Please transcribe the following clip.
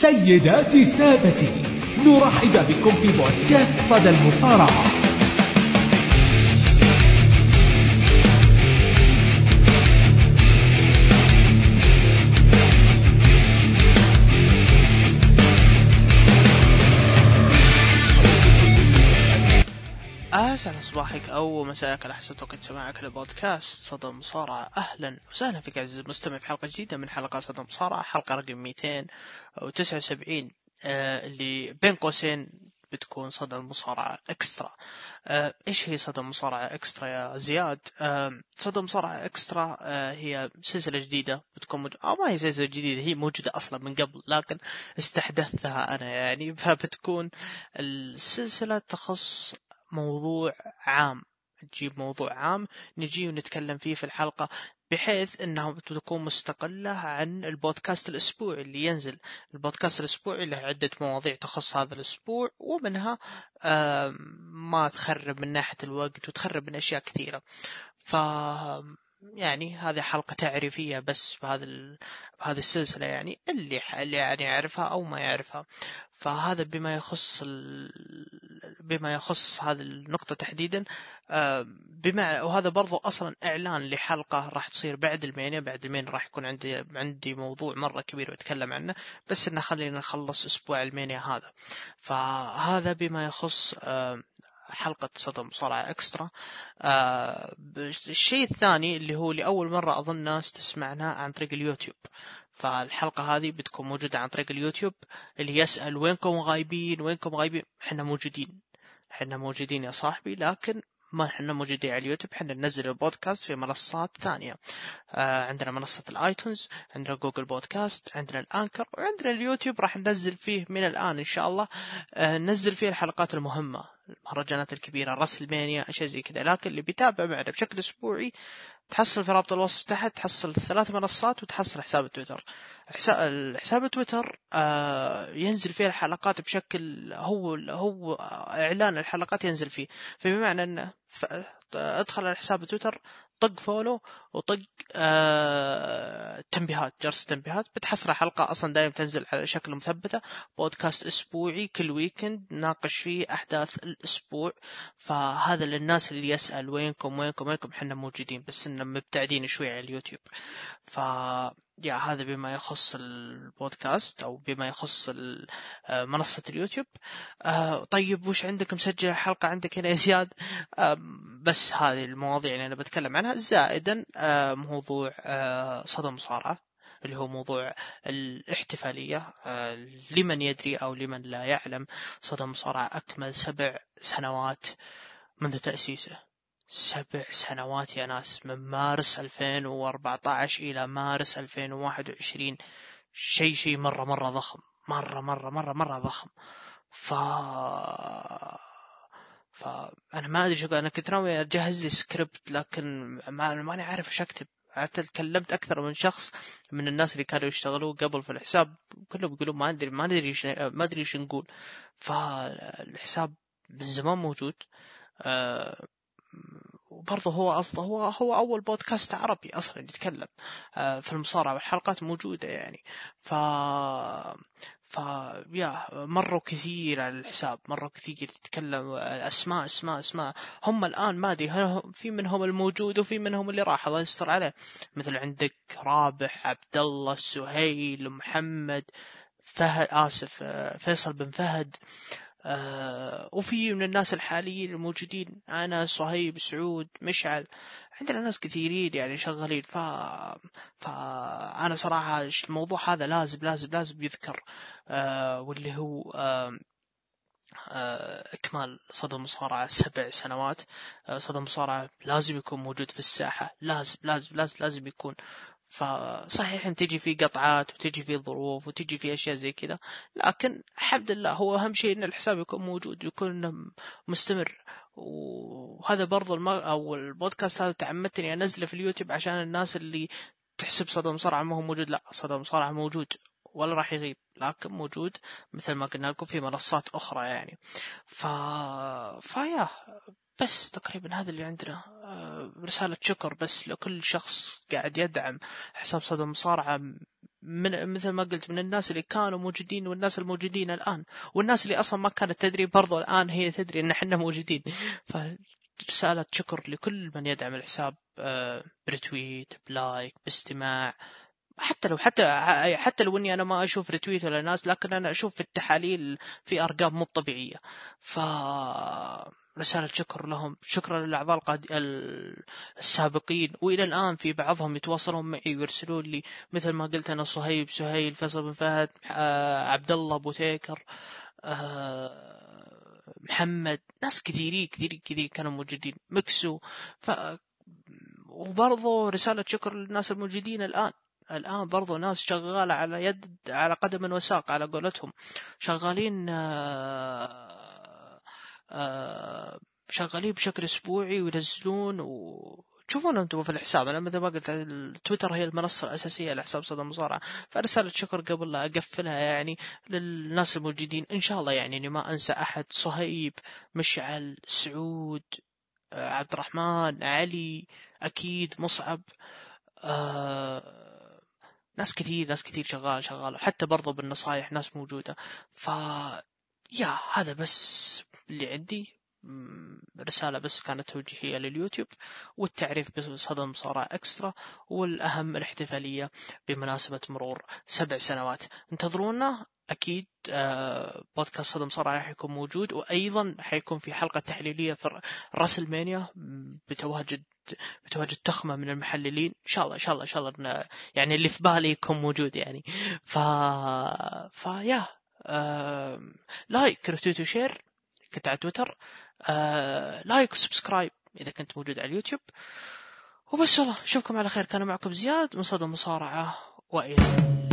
سيداتي سادتي، نرحب بكم في بودكاست صدى المصارعة. أهلا صباحك أو مساءك على حسب وقت سماعك لبودكاست صدى المصارعة. أهلا وسهلا فيك عزيزي المستمع في حلقة جديدة من حلقات صدى المصارعة، حلقة رقم 279 اللي بين قوسين بتكون صدى المصارعة إكسترا. إيش هي صدى المصارعة إكسترا يا زياد؟ صدى المصارعة إكسترا هي سلسلة جديدة بتكون ما هي سلسلة جديدة، هي موجودة أصلا من قبل لكن استحدثتها أنا يعني. فبتكون السلسلة تخص موضوع عام، تجيب موضوع عام نجي ونتكلم فيه في الحلقة، بحيث انها تكون مستقلة عن البودكاست الاسبوعي اللي ينزل. البودكاست الاسبوعي له عدة مواضيع تخص هذا الاسبوع، ومنها ما تخرب من ناحية الوقت وتخرب من اشياء كثيرة. ف يعني هذه حلقة تعريفية بس بهذه السلسلة، يعني اللي يعني يعرفها أو ما يعرفها. فهذا بما يخص هذه النقطة تحديدا. وهذا برضو أصلا إعلان لحلقة راح تصير بعد المانيا راح يكون عندي موضوع مرة كبير بتكلم عنه، بس إنه خلينا نخلص أسبوع المانيا هذا. فهذا بما يخص حلقة صدى مصارعة إكسترا. الشيء الثاني اللي هو لأول مرة أظن ناس تسمعنا عن طريق اليوتيوب، فالحلقة هذه بتكون موجودة عن طريق اليوتيوب. اللي يسأل وينكم غايبين، حنا موجودين يا صاحبي، لكن ما حنا موجودين على اليوتيوب، حنا ننزل البودكاست في منصات ثانية. عندنا منصة الايتونز، عندنا جوجل بودكاست، عندنا الانكر، وعندنا اليوتيوب راح ننزل فيه من الآن إن شاء الله. ننزل فيه الحلقات المهمة، المهرجانات الكبيرة، راسل مانيا، أشياء زي كذا. لكن اللي بيتابع معنا بشكل أسبوعي تحصل في رابط الوصف تحت، تحصل 3 منصات وتحصل حساب التويتر. حساب التويتر ينزل فيه الحلقات بشكل هو إعلان الحلقات ينزل فيه. فبمعنى أنه ادخل على حساب التويتر، طق فولو وطق تنبيهات، جرس تنبيهات، بتحصل حلقة أصلا دائما تنزل على شكل مثبتة، بودكاست أسبوعي كل ويكند ناقش فيه أحداث الأسبوع. فهذا للناس اللي يسأل وينكم حنا موجودين، بس إننا مبتعدين شوي على اليوتيوب. هذا بما يخص البودكاست أو بما يخص منصة اليوتيوب. طيب وش عندك مسجل حلقة عندك هنا يا زياد؟ بس هذه المواضيع اللي أنا بتكلم عنها، زائدا موضوع صدى مصارعة اللي هو موضوع الاحتفالية. لمن يدري أو لمن لا يعلم، صدى مصارعة أكمل 7 سنوات منذ تأسيسه. 7 سنوات يا ناس، من مارس 2014 إلى مارس 2021. شيء مرة ضخم، مرة ضخم. فأنا ما أدري شو، أنا كنت ناوي أجهز لي سكريبت لكن ماني عارف إيش أكتب. حتى تكلمت أكثر من شخص من الناس اللي كانوا يشتغلوا قبل في الحساب، كلهم يقولوا ما أدري إيش نقول. فالحساب من زمان موجود. وبرضه هو أول بودكاست عربي أصلا يتكلم في المصارعة، والحلقات موجودة يعني. مروا كثير على الحساب، مروا كثير تتكلم أسماء. هم الآن ما أدري في منهم الموجود وفي منهم اللي راح، الله يستر عليه. مثل عندك رابح، عبد الله، سهيل، محمد، فيصل بن فهد. وفي من الناس الحاليين الموجودين أنا، صهيب، سعود، مشعل. عندنا ناس كثيرين يعني شغالين. فأنا صراحة الموضوع هذا لازم يذكر. واللي هو إكمال صدى المصارعة 7 سنوات. صدى المصارعة لازم يكون موجود في الساحة، لازم يكون. فصحيح ان تجي فيه قطعات وتجي فيه ظروف وتجي فيه اشياء زي كذا، لكن الحمد لله هو اهم شيء ان الحساب يكون موجود ويكون مستمر. وهذا برضو او البودكاست هذا تعمدتني انزله في اليوتيوب عشان الناس اللي تحسب صدى مصارعة ما هو موجود. لا، صدى مصارعة موجود ولا راح يغيب، لكن موجود مثل ما قلنا لكم في منصات اخرى يعني. فيا بس تقريبا هذا اللي عندنا. رسالة شكر بس لكل شخص قاعد يدعم حساب صدى مصارعة من مثل ما قلت من الناس اللي كانوا موجودين والناس الموجودين الآن، والناس اللي أصلا ما كانت تدري برضو الآن هي تدري إن إحنا موجودين. فرسالة شكر لكل من يدعم الحساب، برتويت، بلايك، باستماع. حتى لو اني انا ما اشوف ريتويت ولا ناس، لكن انا اشوف في التحاليل في ارقام مو طبيعيه. ف رسالة شكر لهم، شكرا للأعضاء السابقين، وإلى الآن في بعضهم يتواصلون معي ويرسلون لي، مثل ما قلت أنا صهيب، سهيل، فيصل بن فهد، عبد الله أبو تيكر، محمد، ناس كثيرين كثيرين كثير كانوا موجودين، مكسو. وبرضو رسالة شكر للناس الموجودين الآن برضو ناس شغالة على قدم وساق على قولتهم، شغالين شغالين بشكل أسبوعي وينزلون وتشوفون أنتم في الحساب. أنا مثل ما قلت التويتر هي المنصة الأساسية لحساب صدى مصارعة، فرسالة شكر قبل لا أقفلها يعني للناس الموجودين إن شاء الله، يعني إني ما أنسى أحد. صهيب، مشعل، سعود، عبد الرحمن، علي، أكيد مصعب، ناس كثير شغال حتى برضو بالنصايح ناس موجودة. هذا بس اللي عندي. رسالة بس كانت توجيهية لليوتيوب والتعريف بصدى مصارعة إكسترا، والأهم الاحتفالية بمناسبة مرور 7 سنوات. انتظرونا أكيد. بودكاست صدى مصارعة حيكون موجود، وأيضا حيكون في حلقة تحليلية في راسل مانيا بتواجد تخمة من المحللين. إن شاء الله يعني اللي في بالي يكون موجود يعني. لايك، رتويت، وشير كنت على تويتر، لايك وسبسكرايب إذا كنت موجود على اليوتيوب. وبس والله، أشوفكم على خير. كان معكم زياد من صدى مصارعة، وإلى